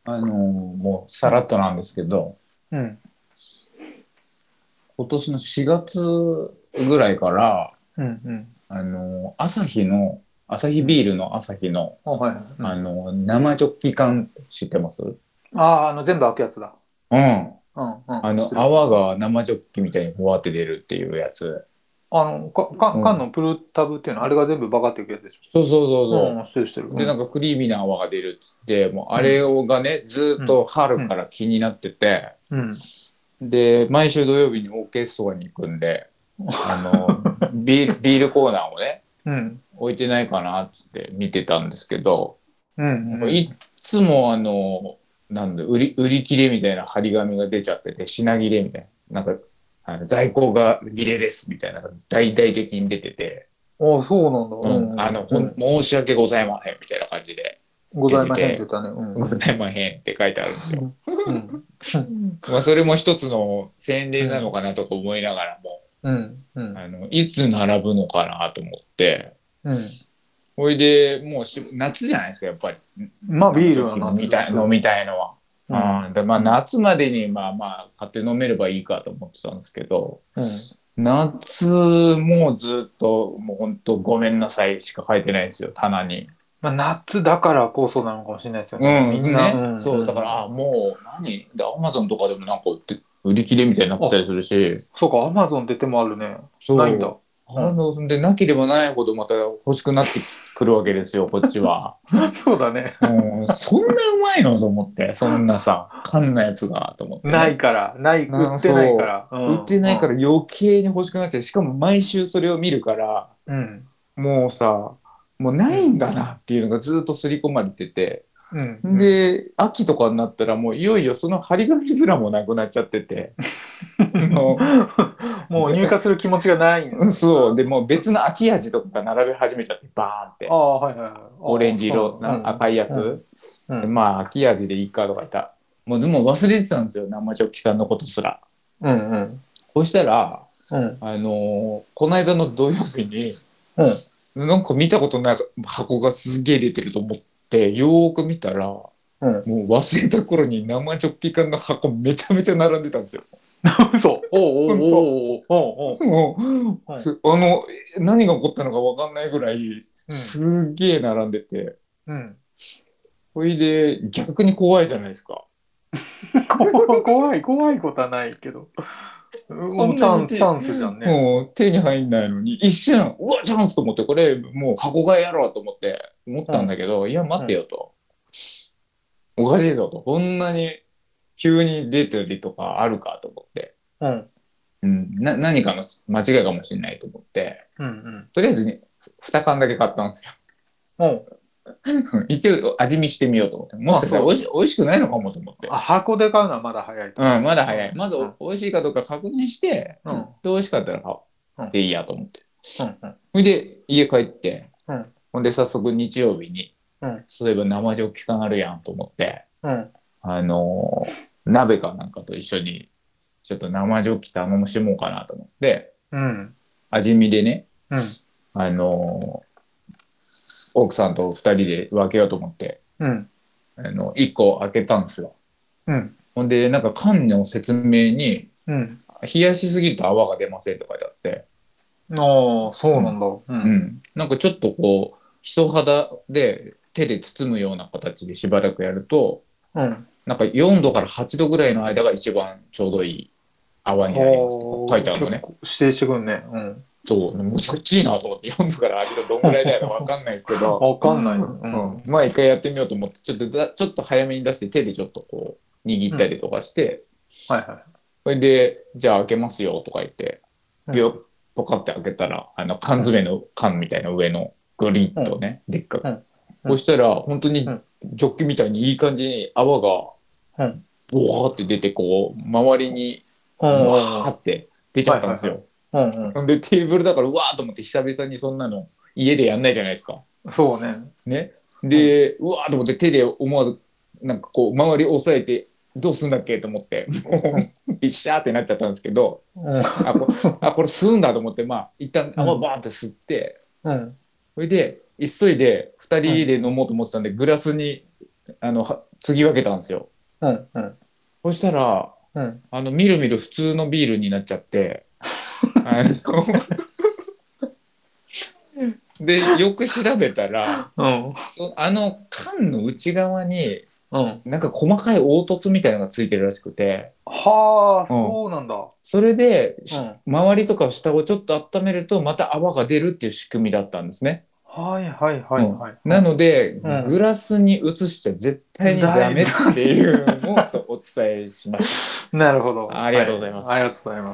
もうさらっとなんですけど、 うん。 今年の4月ぐらいから、 うん。うん。 アサヒうん。 ビールのアサヒの、 あ、はいはい。うん。 生ジョッキ缶知ってます？ ああ、全部開くやつだ。 うん。 うん。うん。知ってる。 泡が生ジョッキみたいにふわって出るっていうやつ。 缶うん。 のプルタブっていうのは、あれが全部バカっていくやつでしそうそうそうょ。うん。 そ知ってる知ってる。 う。で、なんうん。 かクリーミーな泡が出るっつって、もうあれうん。 がね、ずーっうん。 と春かうん。 ら気になってて、 うん。 で、毎週土曜日にオーケストラに行くんで、ビールコーナーをね、 うん。 置いてないかなっつって見てたんですけど、 うん。 いっつも売り切れみたいな張り紙が出ちゃってて、品切れみたいな。なんか、在庫が切れですみたいな、大々的に出てて、 ああ、そうなんだ。ううん、 ん。うん。うん。 申し訳ございませんみたいな感じでございまへんって言っ出てて、 たね。うん。 ございませんって書いてあるんですよ。 うん。うん。うん。 まあ、それも一つの宣伝なのうん。 かなとか思いながらも、 うん。うん。 いつ並ぶのかなと思って、 うん。 ほいで、もう夏じゃないですか、やっぱり。 まあ、ビールは生ジョッキ飲夏っすよ。 みたいのは。 うん。 で、まあ、 うん。 夏までに、まあまあ、買って飲めればいいかと思ってたんですけど、 うん。 夏、もうずっと、もう本当ごめんなさいしか書いてないんですよ、棚に。 まあ、夏だからこそなのかもしれないですよね。みんうん、 な、うね。 ん。うそう、だから、 ん。 もう、で、アマゾンとかでもなんか売り切れみたいになってたあ、 りするし、 そうか、アマゾンって手もあるね。ないんだ。 そう。 うん。 で、なければないほどまた欲しくなってくるわけですよ、こっちは。 そうだね。 うん、そんなうまいのと思って、そんなさ、缶のやつが、と思ってね。 ないから、売ってないかそら。うう、売ってん。うん。 ないから余計に欲しくなっちゃう。しかも毎週それを見るから、 うん。 もうさ、もうなうん。 いんだなっていうのがずっと刷り込まれてて、 うん。うん。 で、秋とかになったらもういよいよその張り紙すらもなくなっちゃってて、ももう入荷する気持ちがないんだ。 そう、でもう別の秋味とかが並べ始めちゃって、バーンって。 ああ、はいはいはい。 オレああ、 ンジ色そうなの。 な赤いやうん。 つ。でうん。 まあ、秋味でいいかとか言ったら。もうでも忘れてたんですよ、生ジョッキ缶のことすら。 うん。うん。 そしたら、 うん。 この間の土曜日に、 うん。 なんか見たことない箱がすげえ出てると思って、よーく見たら、もうん。 う忘れた頃に生ジョッキ缶の箱めちゃめちゃ並んでたんですよ。 嘘。おう本当。 おうおうおうおうもう、 おう。 何が起こったのかわかんないぐらい、 うん。 すっげえ並んでて、 うん。 それで逆に怖いじゃないですか。 怖いことはないけど。 こんチャなにンスじゃんね。 もう手に入んないのに、一瞬、うわ、チャンスと思って、これもう箱買いやろうと思ったんだうん。 けど、いや、待うん。 てよと。おかしいぞと。こんなに急に出てりとかあるかと思って。 うん。 うん、何かの間違いかもしれないと思って、 うん。うん。 とりあえずに2缶だけ買ったんですよ。 うん。 一応味見してみようと思って。もしあ、 かしたらそう。 美味しくないのかもと思って。 箱で買うのはまだ早いと思うん、まだう。う早い。まずん。うん。 美味しいかどうか確認して、 うん。 で美味しかったら買おう。 うん。 でいいやと思って。 うん。うん。 それで家帰って、 うん。 ほんで早速日曜日に、 うん。 そういえば生ジョッキ缶あるやんと思って、 うん。 鍋かなんかと一緒に、ちょっと生ジョッキ頼もしもうかなと思って、 うん。 味見でね、 うん。 あの奥さんと二人で分けようと思って、 うん。 一個開けたんですよ。 うん。 ほんで、なんか缶の説明に、 うん。 冷やしすぎると泡が出ませんとか書いてあって、 ああ、そううん。 なんだ。うん。 うん。なんかちょっとこう、人肌で手で包むような形でしばらくやると、 うん。 なんか4度から8度ぐらいの間が一番ちょうどいい泡になりますとか書いはあ、 てあるのね。 結構指定してくんね。うん。 そう、難しいなと思って4度から8度どんぐらいだよわかんないですけど、 わかんない。ううん、 ん。 まあ一回やってみようと思って、ちょっと早めに出して手でちょっとこう握うん。 ったりとかして、 はいはそれで、じゃあ開けますよとか言って、 い。うん。 ビョッ、ポカって開けたら、缶うん。 詰の缶みたいな上のグリッうん。 とね、でっかく。 うん。うん。 そしたら、本当にうん。 ジョッキみたいにいい感じに泡がうん。 ボワーって出て、こう、周りにうん。 ブワうん。 ーって出ちゃはいはいはい。 ったんですよ。 うん。 で、テーブルだから、うわーと思って久々にそんなの家でやんないじゃないですか。 うん。そうね。 ね。 うん。 で、うわーと思って手で思わず、なんかこう、周り押さえて、どうすんだっけと思って、もうん。 う、ビシャーってなっちゃったんですけど、 うん。 これ吸うんだと思って、まあ、一旦泡うん。 バーって吸って、 うん。 それで、急いで2人うん。 で飲もうと思ってたんで、グラスに、 継ぎ分けたんですよ。 うんうんそしたら、 うんみるみる普通のビールになっちゃって、あので、よく調べたら、 うん缶の内側に、 うん。 なんか細かい凹凸みたいなのがついてるらしくて、 はあ、 うんそうなんだ。 それで、 うん。 周りとか下をちょっと温めると、また泡が出るっていう仕組みだったんですね。 はいはいはうんいはい。 なので、 うんグラスに移しちゃ絶対にダメっていうのをちょっとお伝えしましなるほど。 た。ありがとうございます。 はありがとうございます。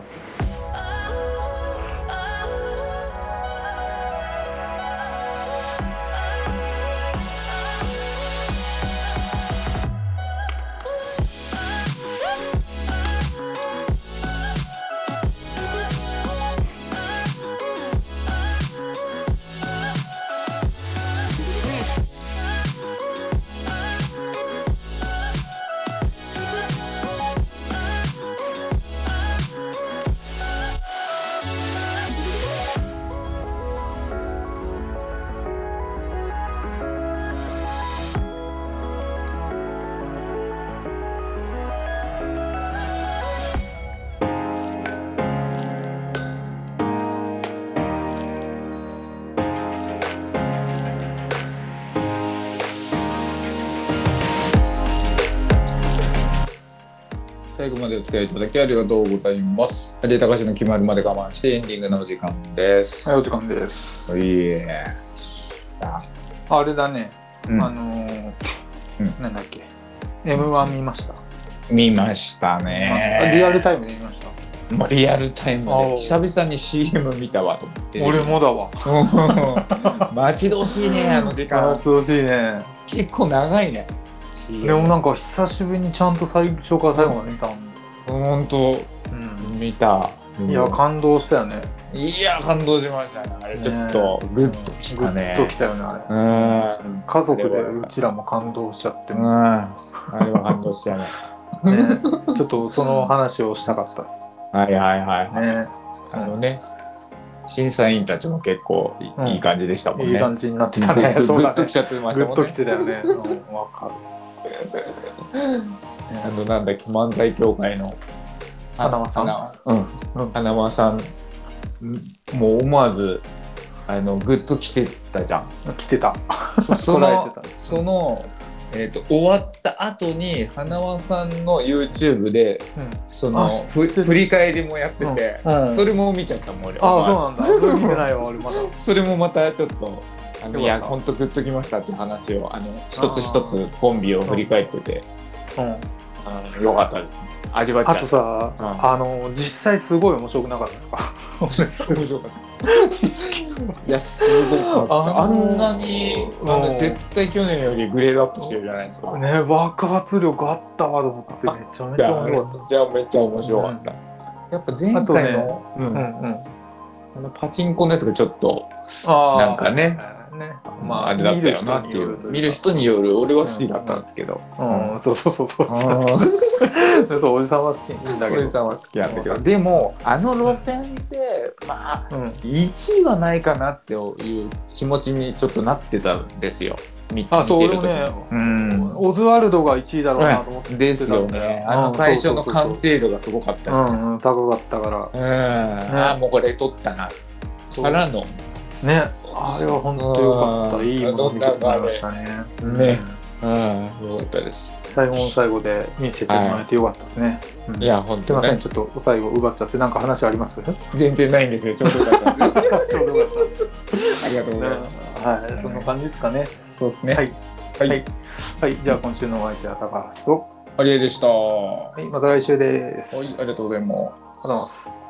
最後までお付き合いいただきありがとうございます。有田隆の決まるまで我慢してエンディングのお時間です。 はい、お時間です。あれだね。 うんなんだっけ。M1 見ました。 見ましたね。 リアルタイムで見ました。 もうリアルタイムあで久々に CM 見たわと思って。 俺もだわ。 待ち遠しいね、あの時間。 懐かしいね。 結構長いね。 でもなんか久しぶりにちゃんと最初から最後まで見たんで。 ほんと、見た。 いや、感動したよね。 いや、感動しましたね。あれちょっとグッときたね。 グッときたよね、あれ。家族でうちらも感動しちゃって。 あれは感動しちゃうね。 ちょっとその話をしたかったっす。 はいはいはい。 ね。 審査員たちも結構いい感じでしたもんね。 いい感じになってたね。 グッときちゃってましたもんね。 グッときてたよね。わかる。 なんだっけ、漫才協会の花輪さん。 花輪さん、もう思わずグッときてたじゃん。 来てた。 その終わった後に花輪さんの YouTube で、振り返りもやってて、それも見ちゃったもん俺。 ああ、そうなんだ。それ見てないわ俺まだ。 それもまたちょっといや本当グッときましたっていう話を一つ一つコンビを振り返ってて、よかったですね。味わっちゃう。 あとさ、実際すごい面白くなかったですか？ 面白かった。いやすごかった。あんなに絶対去年よりグレードアップしてるじゃないですか。 ね、爆発力あったわと思ってめちゃめちゃ面白かった。 じゃあめっちゃ面白かった。やっぱ前回のパチンコのやつがちょっとなんかね。あれだったよなっていう。見る人による俺は好きだったんですけど。 そう。そうおじさんは好きんだけど。 おじさんは好きなんだけど。でも路線でまあ1位はないかなっていう気持ちにちょっとなってたんですよ。 そうね。オズワルドが1位だろうなと思ってた。 ですよね。最初の完成度がすごかったし。 高かったから。 もうこれ取ったな。からの。 ね。あれは本当良かった。いいもの見せてもらいましたね。 ね。よかったです。 最後の最後で見せてもらえてよかったですね。 いや、本当に。 すみません、ちょっと最後奪っちゃって、なんか話あります？ 全然ないんですよ。ちょうどよかったですよ。 ちょうどよかった。 ありがとうございます。 はい、そんな感じですかね。 そうですね。 はい、じゃあ今週のお相手は高橋と有江でした。 はい、また来週です。 はい、ありがとうございます。 ありがとうございます。